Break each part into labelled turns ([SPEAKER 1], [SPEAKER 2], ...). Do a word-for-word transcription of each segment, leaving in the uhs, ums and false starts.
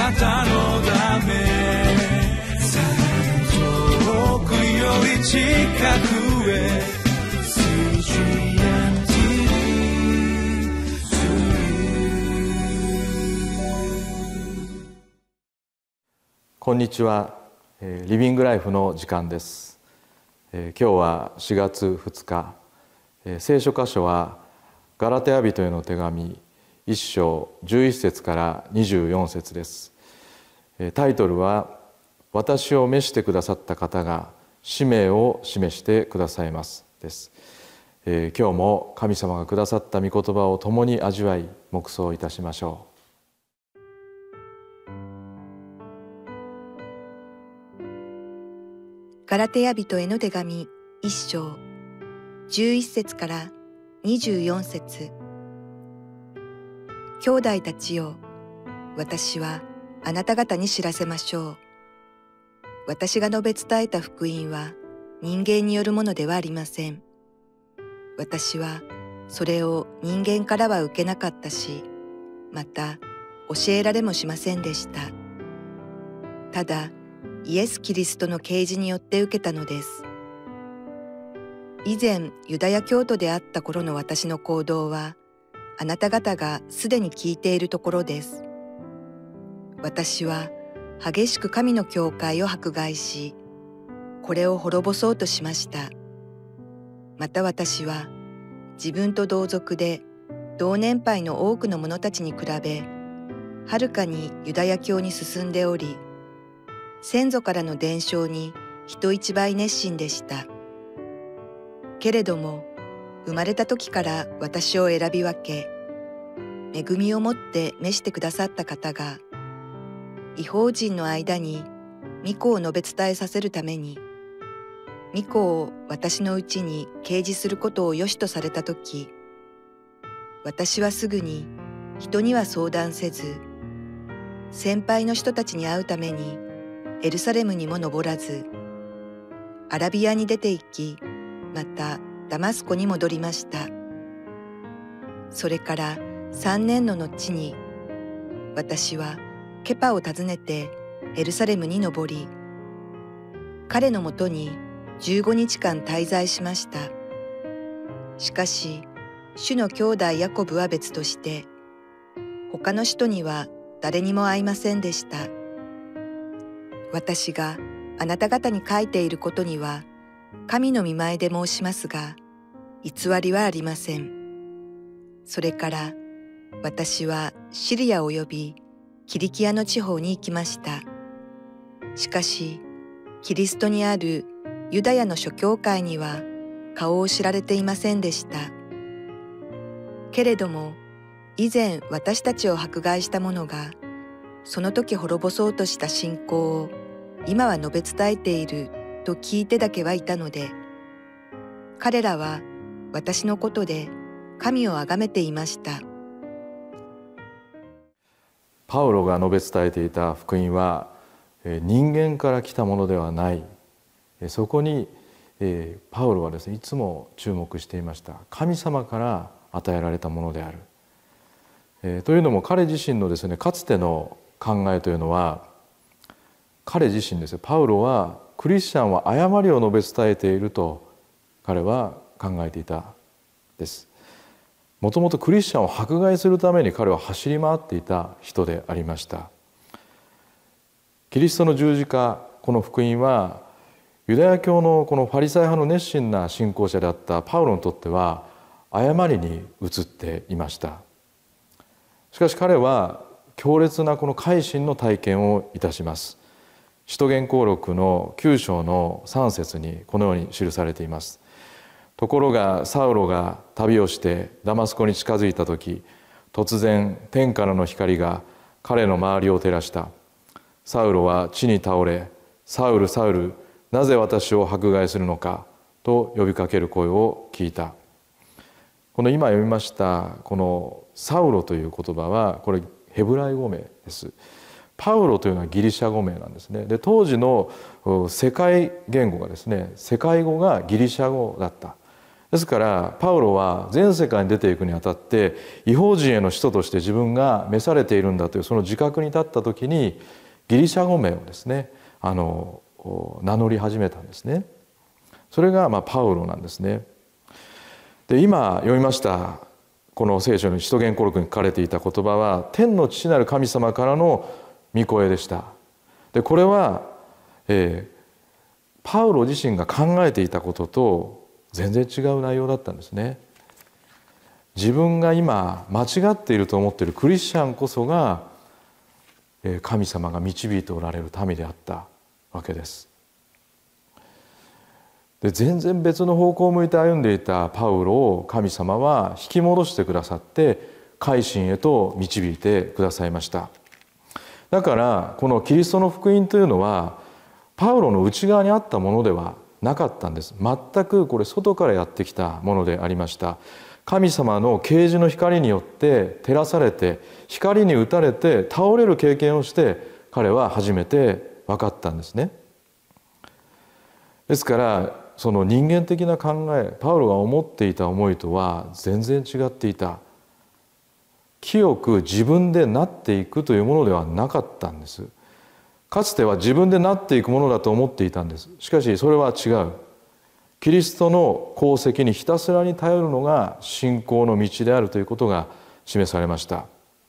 [SPEAKER 1] なたのため遠くより近くへ
[SPEAKER 2] こんにちは。リビングライフの時間です。今日はしがつふつか、聖書箇所はガラテヤ人への手紙いっ章じゅういっ節からにじゅうよん節です。タイトルは私を召してくださった方が使命を示してくださいますです。今日も神様がくださった御言葉を共に味わい黙想いたしましょう。
[SPEAKER 3] ガラテヤ人への手紙いっ章じゅういっ節からにじゅうよん節。兄弟たちよ、私はあなた方に知らせましょう。私が述べ伝えた福音は人間によるものではありません。私はそれを人間からは受けなかったし、また教えられもしませんでした。ただ、イエス・キリストの啓示によって受けたのです。以前ユダヤ教徒であった頃の私の行動はあなた方がすでに聞いているところです。私は激しく神の教会を迫害し、これを滅ぼそうとしました。また私は自分と同族で同年配の多くの者たちに比べはるかにユダヤ教に進んでおり、先祖からの伝承に人一倍熱心でした。けれども、生まれた時から私を選び分け、恵みをもって召してくださった方が、異邦人の間に御子を述べ伝えさせるために、御子を私のうちに掲示することを良しとされた時、私はすぐに人には相談せず、先輩の人たちに会うために、エルサレムにも登らず、アラビアに出て行き、またダマスコに戻りました。それから三年の後に、私はケパを訪ねてエルサレムに登り、彼のもとに十五日間滞在しました。しかし、主の兄弟ヤコブは別として、他の人には誰にも会いませんでした。私があなた方に書いていることには、神の御前で申しますが、偽りはありません。それから、私はシリア及びキリキアの地方に行きました。しかし、キリストにあるユダヤの諸教会には顔を知られていませんでした。けれども、以前私たちを迫害した者が、その時滅ぼそうとした信仰を今は述べ伝えていると聞いてだけはいたので、彼らは私のことで神をあがめていました。
[SPEAKER 2] パウロが述べ伝えていた福音は人間から来たものではない。そこにパウロはですね、いつも注目していました。神様から与えられたものである。というのも彼自身のですね、かつての考えというのは、彼自身ですね、パウロはクリスチャンは誤りを述べ伝えていると彼は考えていたです。もともとクリスチャンを迫害するために彼は走り回っていた人でありました。キリストの十字架、この福音はユダヤ教のこのファリサイ派の熱心な信仰者であったパウロにとっては誤りに映っていました。しかし彼は強烈なこの改心の体験をいたします。使徒言行録のきゅう章のさん節にこのように記されています。ところがサウロが旅をしてダマスコに近づいた時、突然天からの光が彼の周りを照らした。サウロは地に倒れ、サウルサウル、なぜ私を迫害するのかと呼びかける声を聞いた。この今読みましたこのサウロという言葉はこれヘブライ語名です。パウロというのはギリシャ語名なんですね。で、当時の世界言語がですね、世界語がギリシャ語だった。 ですからパウロは全世界に出ていくにあたって異邦人への使徒として自分が召されているんだというその自覚に立った時にギリシャ語名をですねあの名乗り始めたんですね。それがまあパウロなんですね。で今読みましたこの聖書の使徒言行録に書かれていた言葉は天の父なる神様からの御声でした。でこれは、えー、パウロ自身が考えていたことと全然違う内容だったんですね。自分が今間違っていると思っているクリスチャンこそが神様が導いておられる民であったわけです。で全然別の方向を向いて歩んでいたパウロを神様は引き戻してくださって改心へと導いてくださいました。だからこのキリストの福音というのはパウロの内側にあったものではなかったんです。全くこれ外からやってきたものでありました。神様の啓示の光によって照らされて光に打たれて倒れる経験をして彼は初めて分かったんですね。ですからその人間的な考え、パウロが思っていた思いとは全然違っていた。清く自分でなっていくというものではなかったんです。かつては自分でなっていくものだと思っていたんです。しかしそれは違う。キリストの功績にひたすらに頼るのが信仰の道であるということが示されました。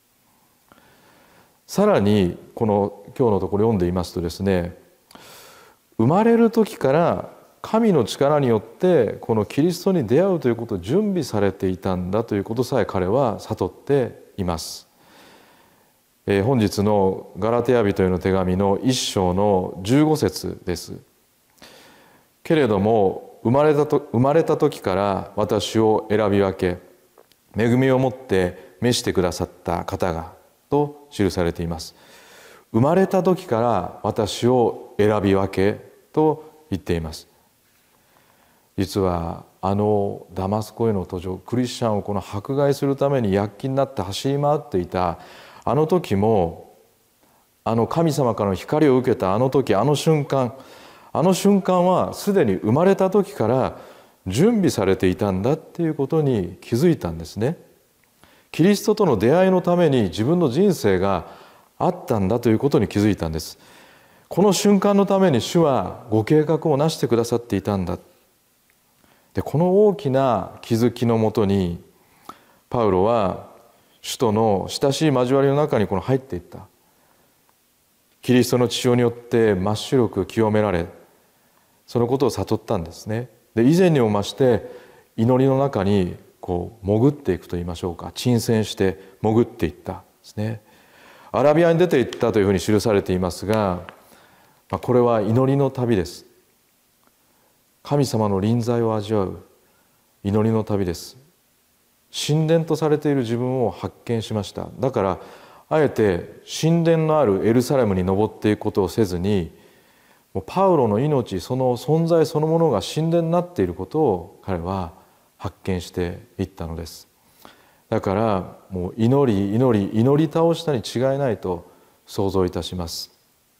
[SPEAKER 2] さらにこの今日のところ読んでいますとですね、生まれる時から神の力によってこのキリストに出会うということを準備されていたんだということさえ彼は悟っています。えー、本日のガラテヤ人への手紙の一章のじゅうご節です。けれども生まれたと生まれた時から私を選び分け恵みをもって召してくださった方がと記されています。生まれた時から私を選び分けと言っています。実はあのダマスコへの途上、クリスチャンをこの迫害するために躍起になって走り回っていたあの時も、あの神様からの光を受けたあの時、あの瞬間、あの瞬間はすでに生まれた時から準備されていたんだっていうことに気づいたんですね。キリストとの出会いのために自分の人生があったんだということに気づいたんです。この瞬間のために主はご計画をなしてくださっていたんだ。でこの大きな気づきのもとにパウロは主との親しい交わりの中にこの入っていった。キリストの血潮によって真っ白く清められ、そのことを悟ったんですね。で以前にも増して祈りの中にこう潜っていくと言いましょうか、沈潜して潜っていったんですね。アラビアに出ていったというふうに記されていますが、これは祈りの旅です。神様の臨在を味わう祈りの旅です。神殿とされている自分を発見しました。だからあえて神殿のあるエルサレムに登っていくことをせずに、もうパウロの命その存在そのものが神殿になっていることを彼は発見していったのです。だからもう祈り祈り祈り倒したに違いないと想像いたします。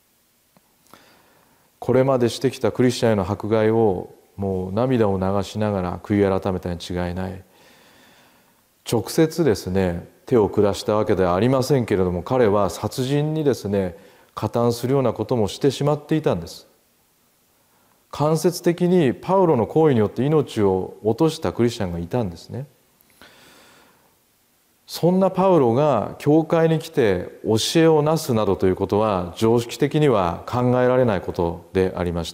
[SPEAKER 2] これまでしてきたクリスチャンへの迫害をもう涙を流しながら悔い改めたに違いない。直接ですね手を下したわけではありませんけれども、彼は殺人にですね加担するようなこともしてしまっていたんです。間接的にパウロの行為によって命を落としたクリスチャンがいたんですね。そんなパウロが教会に来て教えをなすなどということは常識的には考えられないことでありました。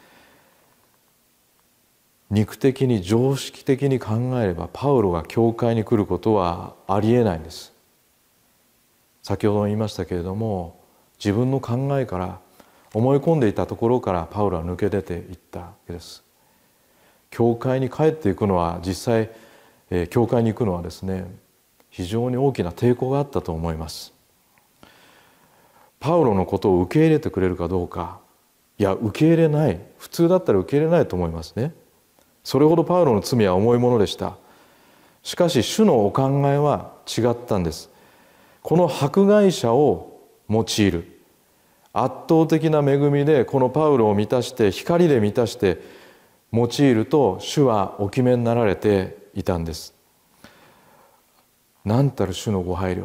[SPEAKER 2] 肉的に常識的に考えればパウロが教会に来ることはありえないんです。先ほども言いましたけれども、自分の考えから思い込んでいたところからパウロは抜け出ていったわけです。教会に帰っていくのは実際、えー、教会に行くのはですね非常に大きな抵抗があったと思います。パウロのことを受け入れてくれるかどうか、いや受け入れない、普通だったら受け入れないと思いますね。それほどパウロの罪は重いものでした。しかし主のお考えは違ったんです。この迫害者を用いる、圧倒的な恵みでこのパウロを満たして光で満たして用いると主はお決めになられていたんです。何たる主のご配慮。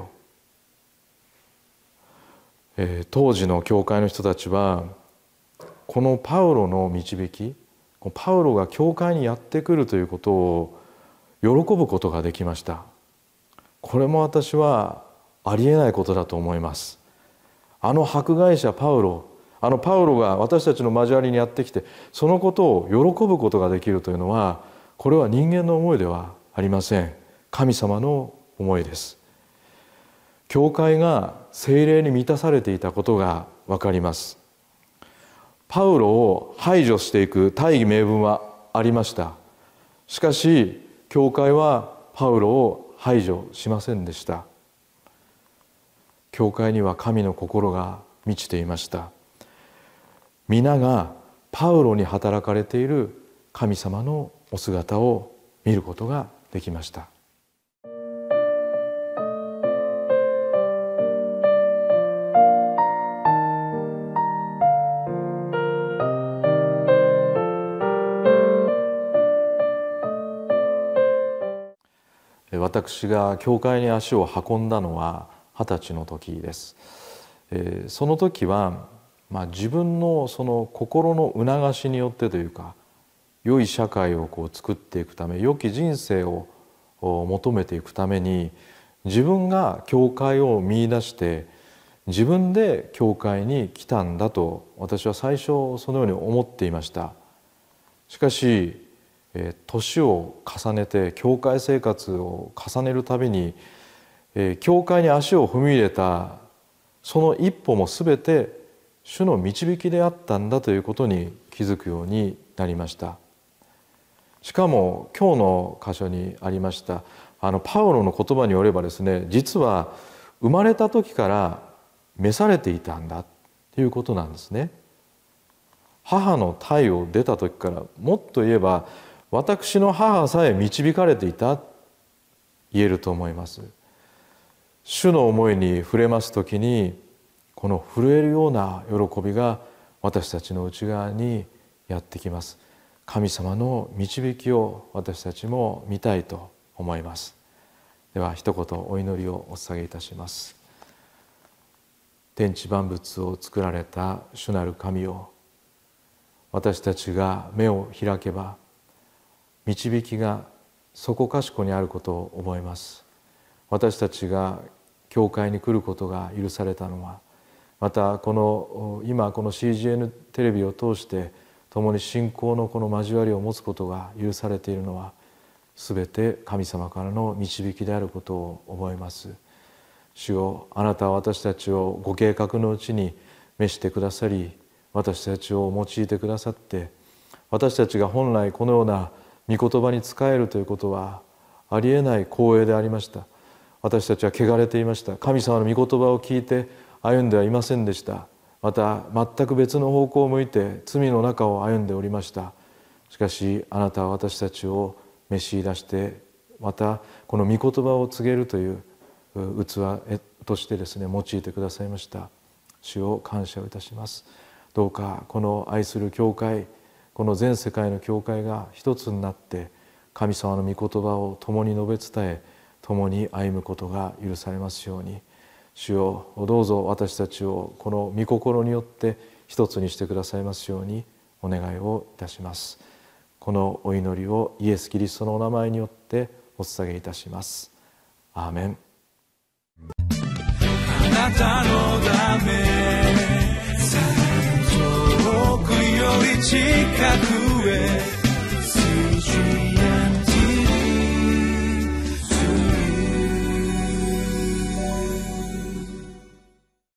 [SPEAKER 2] えー、当時の教会の人たちはこのパウロの導き、パウロが教会にやってくるということを喜ぶことができました。これも私はありえないことだと思います。あの迫害者パウロ、あのパウロが私たちの交わりにやってきてそのことを喜ぶことができるというのは、これは人間の思いではありません。神様の思いです。教会が聖霊に満たされていたことがわかります。パウロを排除していく大義名分はありました。しかし教会はパウロを排除しませんでした。教会には神の心が満ちていました。皆がパウロに働かれている神様のお姿を見ることができました。私が教会に足を運んだのは二十歳の時です。えー、その時は、まあ、自分のその心の促しによってというか、良い社会をこう作っていくため、良き人生を求めていくために自分が教会を見出して自分で教会に来たんだと私は最初そのように思っていました。しかし年を重ねて教会生活を重ねるたびに教会に足を踏み入れたその一歩も全て主の導きであったんだということに気づくようになりました。しかも今日の箇所にありましたあのパウロの言葉によればですね、実は生まれた時から召されていたんだということなんですね。母の胎を出た時から、もっと言えば私の母さえ導かれていた言えると思います。主の思いに触れますときに、この震えるような喜びが私たちの内側にやってきます。神様の導きを私たちも見たいと思います。では一言お祈りをお捧げいたします。天地万物を作られた主なる神よ、私たちが目を開けば導きがそこかしこにあることを思います。私たちが教会に来ることが許されたのは、またこの今この シージーエヌ テレビを通して共に信仰のこの交わりを持つことが許されているのは、すべて神様からの導きであることを思います。主よ、あなたは私たちをご計画のうちに召してくださり、私たちを用いてくださって、私たちが本来このような御言葉に仕えるということはありえない光栄でありました。私たちは汚れていました。神様の御言葉を聞いて歩んではいませんでした。また全く別の方向を向いて罪の中を歩んでおりました。しかしあなたは私たちを召し出して、またこの御言葉を告げるという器としてですね、用いてくださいました。主を感謝をいたします。どうかこの愛する教会、この全世界の教会が一つになって神様の御言葉を共に述べ伝え、共に歩むことが許されますように。主よ、どうぞ私たちをこの御心によって一つにしてくださいますようにお願いをいたします。このお祈りをイエス・キリストのお名前によってお捧げいたします。アーメン。
[SPEAKER 1] あなたのため遠くより近くへ